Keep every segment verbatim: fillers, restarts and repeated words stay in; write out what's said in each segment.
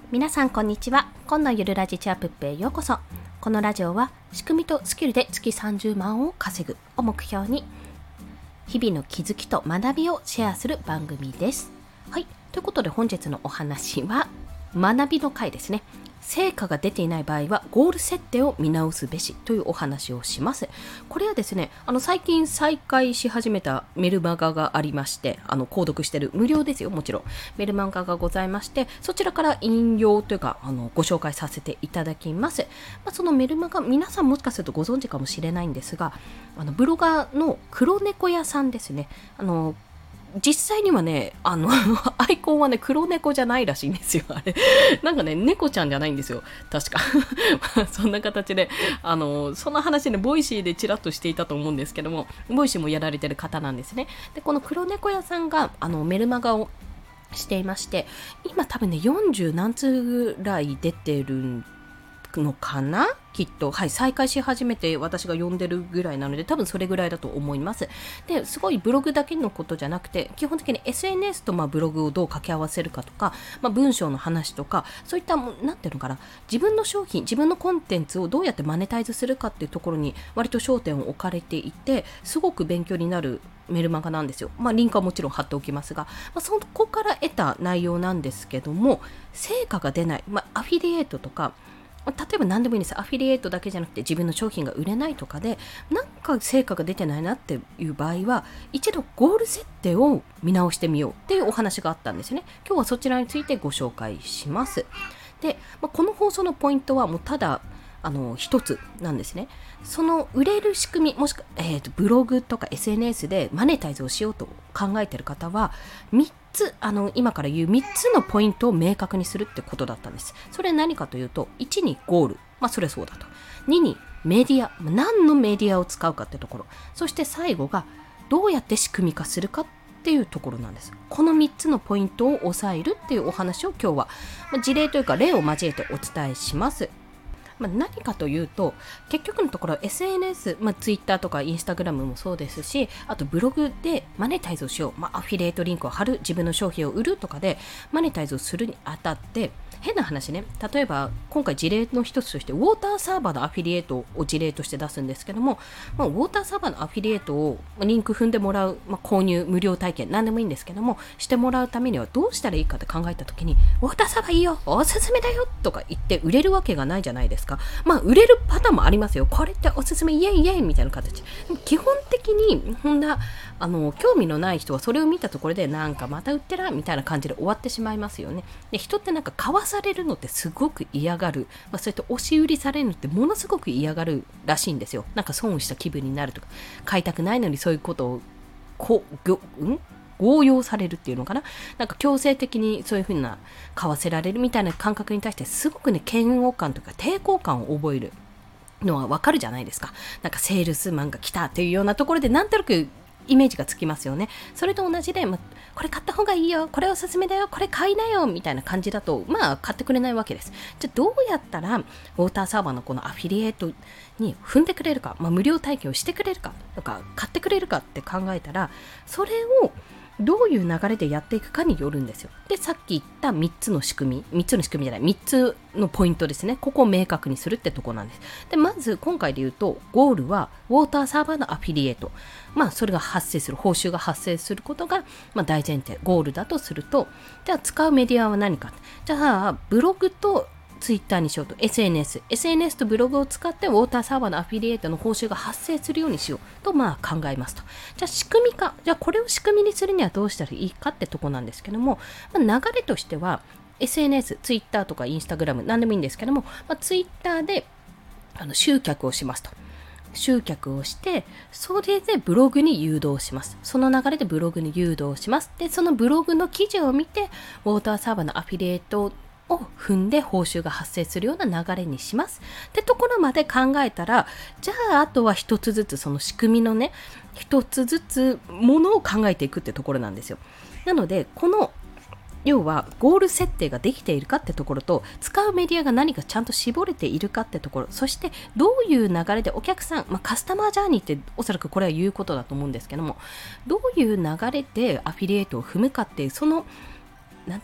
皆さんこんにちは。今のゆるラジチャープップへようこそ。このラジオは仕組みとスキルで月さんじゅうまんを稼ぐを目標に日々の気づきと学びをシェアする番組です。はい、ということで本日のお話は学びの回ですね。成果が出ていない場合はゴール設定を見直すべしというお話をします。これはですね、あの最近再開し始めたメルマガがありまして、あの購読してる無料ですよ、もちろんメルマガがございまして、そちらから引用というかあのご紹介させていただきます。まあ、そのメルマガ、皆さんもしかするとご存知かもしれないんですが、あのブロガーの黒猫屋さんですね。あの実際にはね、あのアイコンはね黒猫じゃないらしいんですよ。あれなんかね猫ちゃんじゃないんですよ、確かそんな形で、あのその話ねボイシーでちらっとしていたと思うんですけども、ボイシーもやられてる方なんですね。でこの黒猫屋さんがあのメルマガをしていまして、今多分ねよんじゅう何通ぐらい出てるのかな、きっと。はい、再開し始めて私が読んでるぐらいなので、多分それぐらいだと思います。で、すごいブログだけのことじゃなくて、基本的に エスエヌエス とまあブログをどう掛け合わせるかとか、まあ、文章の話とか、そういった、なんていうのかな、自分の商品、自分のコンテンツをどうやってマネタイズするかっていうところに割と焦点を置かれていて、すごく勉強になるメルマガなんですよ。まあ、リンクはもちろん貼っておきますが、まあ、そこから得た内容なんですけども、成果が出ない、まあ、アフィリエイトとか、例えば何でもいいんです。アフィリエイトだけじゃなくて自分の商品が売れないとかでなんか成果が出てないなっていう場合は一度ゴール設定を見直してみようっていうお話があったんですね。今日はそちらについてご紹介します。で、まあ、この放送のポイントはもうただあの一つなんですね。その売れる仕組み、もしくは、えーと、ブログとか エスエヌエス でマネタイズをしようと考えている方はみっつ、あの今から言うみっつのポイントを明確にするってことだったんです。それは何かというと、いちにゴール、まあそれそうだと。ににメディア、何のメディアを使うかってところ。そして最後がどうやって仕組み化するかっていうところなんです。このみっつのポイントを押さえるっていうお話を今日は、まあ、事例というか例を交えてお伝えします。まあ、何かというと、結局のところ エスエヌエス、まあ、Twitter とか Instagram もそうですし、あとブログでマネタイズをしよう、まあ、アフィリエイトリンクを貼る、自分の商品を売るとかでマネタイズをするにあたって、変な話ね、例えば今回事例の一つとしてウォーターサーバーのアフィリエイトを事例として出すんですけども、まあ、ウォーターサーバーのアフィリエイトをリンク踏んでもらう、まあ、購入無料体験何でもいいんですけどもしてもらうためにはどうしたらいいかって考えた時に、ウォーターサーバーいいよ、おすすめだよとか言って売れるわけがないじゃないですか。まあ売れるパターンもありますよ。これっておすすめイエイイエイみたいな形。基本的にこんなあの興味のない人はそれを見たところでなんかまた売ってらみたいな感じで終わってしまいますよね。で、人ってなんか買わされるのってすごく嫌がる、まあ、それと押し売りされるのってものすごく嫌がるらしいんですよ。なんか損した気分になるとか、買いたくないのにそういうことをこぎょん強要されるっていうのかな、なんか強制的にそういう風な買わせられるみたいな感覚に対してすごくね嫌悪感とか抵抗感を覚えるのはわかるじゃないですか。なんかセールスマンが来たっていうようなところでなんとなくイメージがつきますよね。それと同じで、ま、これ買った方がいいよ、これおすすめだよ、これ買いなよみたいな感じだと、まあ買ってくれないわけです。じゃあどうやったらウォーターサーバーのこのアフィリエイトに踏んでくれるか、まあ、無料体験をしてくれるかとか買ってくれるかって考えたら、それをどういう流れでやっていくかによるんですよ。で、さっき言ったみっつの仕組み、みっつの仕組みじゃない、みっつのポイントですね。ここを明確にするってとこなんです。で、まず今回で言うと、ゴールはウォーターサーバーのアフィリエイト。まあ、それが発生する、報酬が発生することが、まあ、大前提、ゴールだとすると、じゃあ使うメディアは何か。じゃあ、ブログとツイッターにしようと エスエヌエス、エスエヌエス とブログを使ってウォーターサーバーのアフィリエイトの報酬が発生するようにしようとまあ考えますと。じゃあ仕組み化、じゃあこれを仕組みにするにはどうしたらいいかってとこなんですけども、まあ、流れとしては エスエヌエス、ツイッターとかインスタグラム何でもいいんですけども、まあ、ツイッターであの集客をしますと。集客をして、それでブログに誘導します。その流れでブログに誘導します。で、そのブログの記事を見て、ウォーターサーバーのアフィリエイトを踏んで報酬が発生するような流れにしますってところまで考えたら、じゃああとは一つずつその仕組みのね一つずつものを考えていくってところなんですよ。なのでこの要はゴール設定ができているかってところと、使うメディアが何かちゃんと絞れているかってところ、そしてどういう流れでお客さん、まあ、カスタマージャーニーっておそらくこれは言うことだと思うんですけども、どういう流れでアフィリエイトを踏むかっていう、そのなんていうのか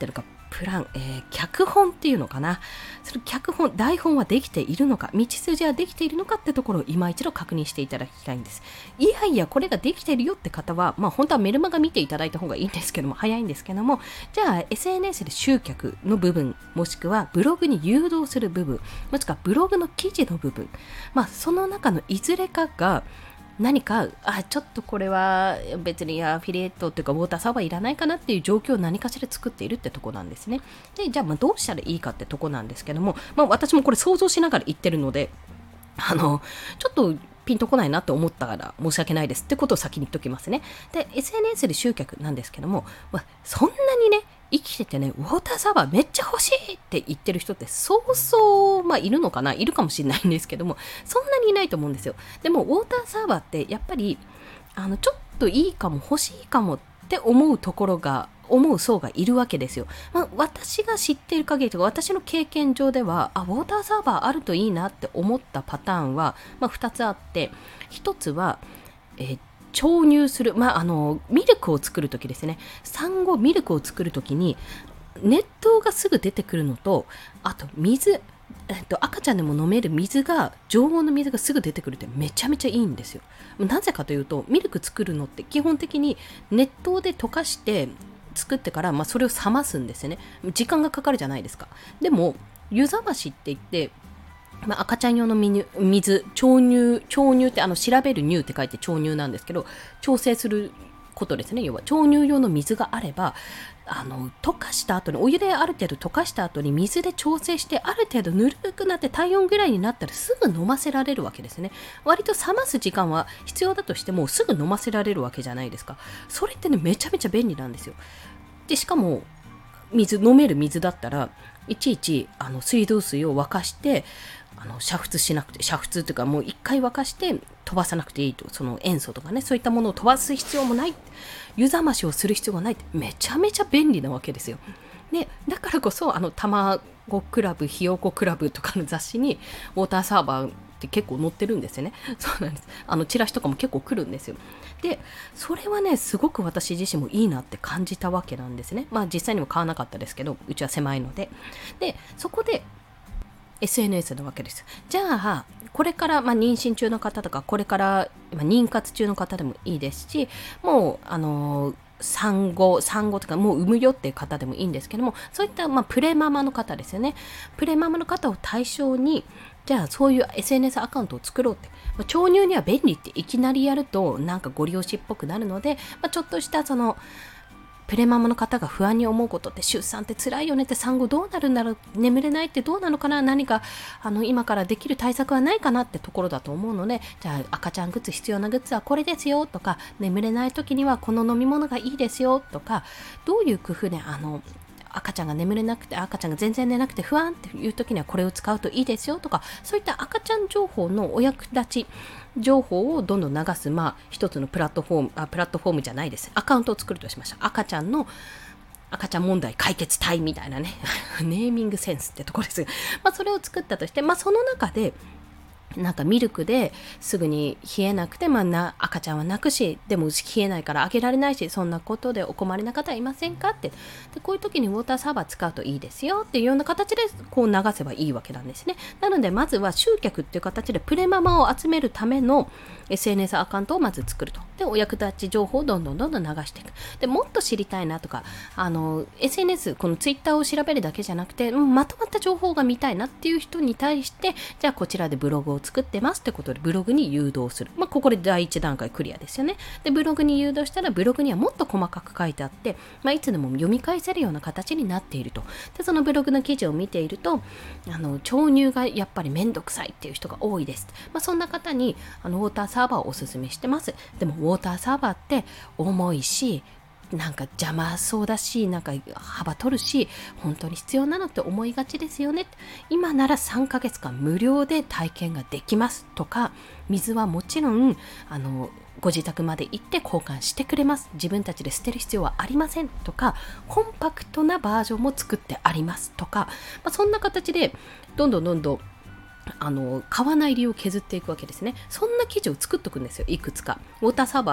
プラン、えー、脚本っていうのかな、その脚本、台本はできているのか、道筋はできているのかってところを今一度確認していただきたいんです。いやいやこれができているよって方は、まあ本当はメルマガ見ていただいた方がいいんですけども、早いんですけども、じゃあ エスエヌエス で集客の部分、もしくはブログに誘導する部分、もしくはブログの記事の部分、まあその中のいずれかが何か、あ、ちょっとこれは別にアフィリエイトというかウォーターサーバーいらないかなっていう状況を何かしら作っているってとこなんですね。で、じゃあまあどうしたらいいかってとこなんですけども、まあ私もこれ想像しながら言ってるので、あの、ちょっとピンとこないなと思ったら申し訳ないですってことを先に言っときますね。で、エスエヌエス で集客なんですけども、まあ、そんなにね、生きててね、ウォーターサーバーめっちゃ欲しいって言ってる人ってそうそう、まあいるのかな、いるかもしれないんですけども、そんなにいないと思うんですよ。でも、ウォーターサーバーってやっぱり、あの、ちょっといいかも欲しいかもって思うところが、思う層がいるわけですよ。まあ、私が知っている限りとか、私の経験上では、あ、ウォーターサーバーあるといいなって思ったパターンは、まあ、ふたつあって、ひとつは、えー調乳する、まあ、あのミルクを作るときですね、産後ミルクを作るときに熱湯がすぐ出てくるのと、あと水、えっと、赤ちゃんでも飲める水が、常温の水がすぐ出てくるってめちゃめちゃいいんですよ。なぜかというと、ミルク作るのって基本的に熱湯で溶かして作ってから、まあ、それを冷ますんですね。時間がかかるじゃないですか。でも湯冷ましって言って、まあ、赤ちゃん用の水、調乳、調乳ってあの調べる乳って書いて調乳なんですけど、調整することですね。要は調乳用の水があれば、あの溶かした後に、お湯である程度溶かした後に水で調整して、ある程度ぬるくなって体温ぐらいになったらすぐ飲ませられるわけですね。割と冷ます時間は必要だとしてもすぐ飲ませられるわけじゃないですか。それってね、めちゃめちゃ便利なんですよ。でしかも水、飲める水だったらいちいちあの水道水を沸かしてあの煮沸しなくて、煮沸というかもう一回沸かして飛ばさなくていいと、その塩素とかね、そういったものを飛ばす必要もない、湯冷ましをする必要がないってめちゃめちゃ便利なわけですよ。で、だからこそあの卵クラブ、ひよこクラブとかの雑誌にウォーターサーバーって結構載ってるんですよね。そうなんです。あのチラシとかも結構来るんですよ。で、それはね、すごく私自身もいいなって感じたわけなんですね。まあ実際にも買わなかったですけど、うちは狭いので。で、そこでエスエヌエス なわけです。じゃあ、これから、まあ、妊娠中の方とか、これから、まあ、妊活中の方でもいいですし、もう、あのー産後、産後とかもう産むよっていう方でもいいんですけども、そういった、まあ、プレママの方ですよね。プレママの方を対象に、じゃあそういう エスエヌエス アカウントを作ろうって。まあ、調乳には便利っていきなりやると、なんかご利用しっぽくなるので、まあ、ちょっとしたその、プレママの方が不安に思うことって、出産って辛いよねって、産後どうなるんだろう、眠れないってどうなのかな、何かあの今からできる対策はないかなってところだと思うので、じゃあ赤ちゃんグッズ、必要なグッズはこれですよとか、眠れない時にはこの飲み物がいいですよとか、どういう工夫であの赤ちゃんが眠れなくて、赤ちゃんが全然寝なくて不安っていう時にはこれを使うといいですよとか、そういった赤ちゃん情報のお役立ち情報をどんどん流す、まあ一つのプラットフォーム、あ、プラットフォームじゃないです。アカウントを作るとしました。赤ちゃんの赤ちゃん問題解決隊みたいなねネーミングセンスってところですが、まあそれを作ったとして、まあその中でなんかミルクですぐに冷えなくて、まあ、な赤ちゃんは泣くし、でも冷えないからあげられないし、そんなことでお困りな方はいませんかって、でこういう時にウォーターサーバー使うといいですよっていうような形でこう流せばいいわけなんですね。なのでまずは集客っていう形でプレママを集めるための エスエヌエス アカウントをまず作ると。でお役立ち情報をどんどんどんどん流していく。でもっと知りたいなとか、あの エスエヌエス、 このツイッターを調べるだけじゃなくて、うん、まとまった情報が見たいなっていう人に対して、じゃあこちらでブログを作ってますってことでブログに誘導する。まあここで第一段階クリアですよね。でブログに誘導したら、ブログにはもっと細かく書いてあって、まあ、いつでも読み返せるような形になっていると。でそのブログの記事を見ていると、あの調乳がやっぱりめんどくさいっていう人が多いです。まあ、そんな方にあのウォーターサーバーをおすすめしてます。でもウォーターサーバーって重いし、なんか邪魔そうだし、なんか幅取るし、本当に必要なのって思いがちですよね。今ならさんかげつかん無料で体験ができますとか、水はもちろんあのご自宅まで行って交換してくれます。自分たちで捨てる必要はありませんとか、コンパクトなバージョンも作ってありますとか、まあ、そんな形でどんどんどんどんあの買わない理由を削っていくわけですね。そんな記事を作っとくんですよ、いくつか。ウォーターサーバー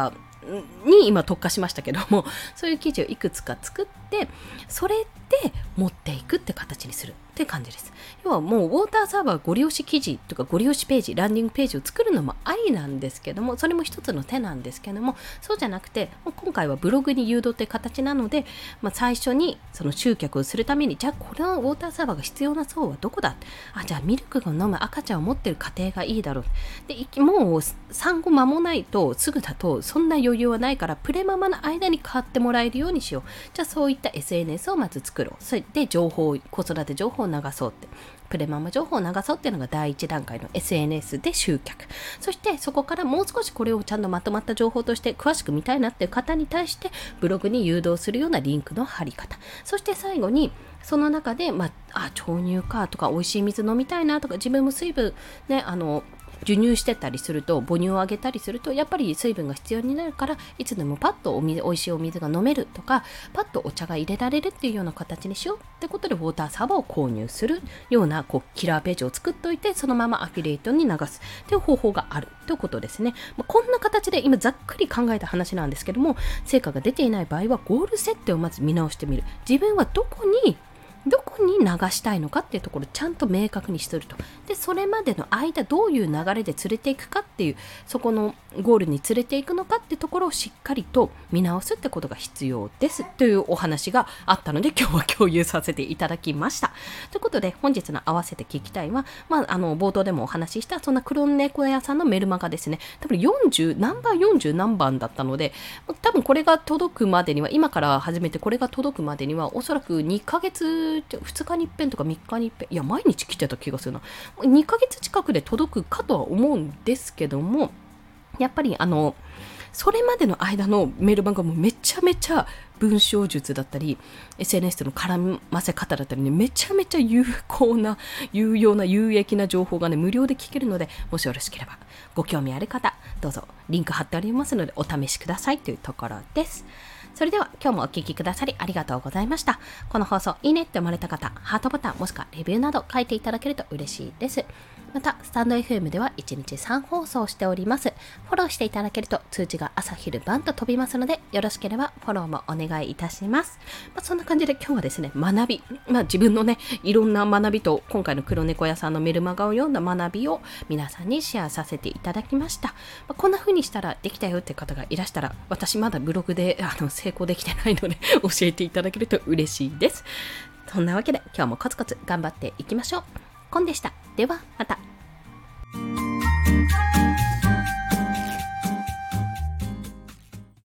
に今特化しましたけども、そういう記事をいくつか作って、それで持っていくって形にするって感じです。要はもうウォーターサーバーご利用し記事とかご利用しページ、ランディングページを作るのもありなんですけども、それも一つの手なんですけども、そうじゃなくて今回はブログに誘導って形なので、まあ、最初にその集客をするために、じゃあこれはウォーターサーバーが必要な層はどこだ、あ、じゃあミルクが飲む赤ちゃんを持ってる家庭がいいだろうで、もう産後間もないとすぐだとそんな余裕はないから、プレママの間に買ってもらえるようにしよう。じゃあそういった エスエヌエス をまず作ろう。それで情報、子育て情報を流そうって、プレママ情報を流そうっていうのが第一段階の エスエヌエス で集客。そしてそこからもう少しこれをちゃんとまとまった情報として詳しく見たいなっていう方に対してブログに誘導するようなリンクの貼り方。そして最後にその中で、まあ、あ、豆乳かとか美味しい水飲みたいなとか、自分も水分ね、あの授乳してたりすると、母乳をあげたりするとやっぱり水分が必要になるから、いつでもパッとお水、美味しいお水が飲めるとか、パッとお茶が入れられるっていうような形にしようってことでウォーターサーバーを購入するようなこうキラーページを作っておいて、そのままアフィリエイトに流すっていう方法があるということですね。まあ、こんな形で今ざっくり考えた話なんですけども、成果が出ていない場合はゴール設定をまず見直してみる。自分はどこにどこに流したいのかっていうところをちゃんと明確にすると。で、それまでの間どういう流れで連れていくかっていう、そこのゴールに連れていくのかっていうところをしっかりと見直すってことが必要ですというお話があったので、今日は共有させていただきました。ということで本日の合わせて聞きたいは、まあ、あの冒頭でもお話ししたそんな黒猫屋さんのメルマガですね。多分よんじゅうナンバーよんじゅう何番だったので、多分これが届くまでには、今から始めてこれが届くまでにはおそらくにかげつ、ふつかに一遍とかみっかに一遍、いや毎日来てた気がするな。にかげつ近くで届くかとは思うんですけども、やっぱりあのそれまでの間のメールマガもめちゃめちゃ文章術だったり エスエヌエス との絡ませ方だったりね、めちゃめちゃ有効な有用な有益な情報がね無料で聞けるので、もしよろしければご興味ある方どうぞリンク貼っておりますのでお試しくださいというところです。それでは今日もお聞きくださりありがとうございました。この放送いいねって思われた方、ハートボタンもしくはレビューなど書いていただけると嬉しいです。またスタンド エフエム ではいちにちさん放送しております。フォローしていただけると通知が朝昼晩と飛びますので、よろしければフォローもお願いいたします。まあ、そんな感じで今日はですね、学び、まあ、自分のねいろんな学びと今回の黒猫屋さんのメルマガを読んだ学びを皆さんにシェアさせていただきました。まあ、こんな風にしたらできたよって方がいらしたら、私まだブログであの成功できてないので教えていただけると嬉しいです。そんなわけで今日もコツコツ頑張っていきましょう。コンでした。ではまた。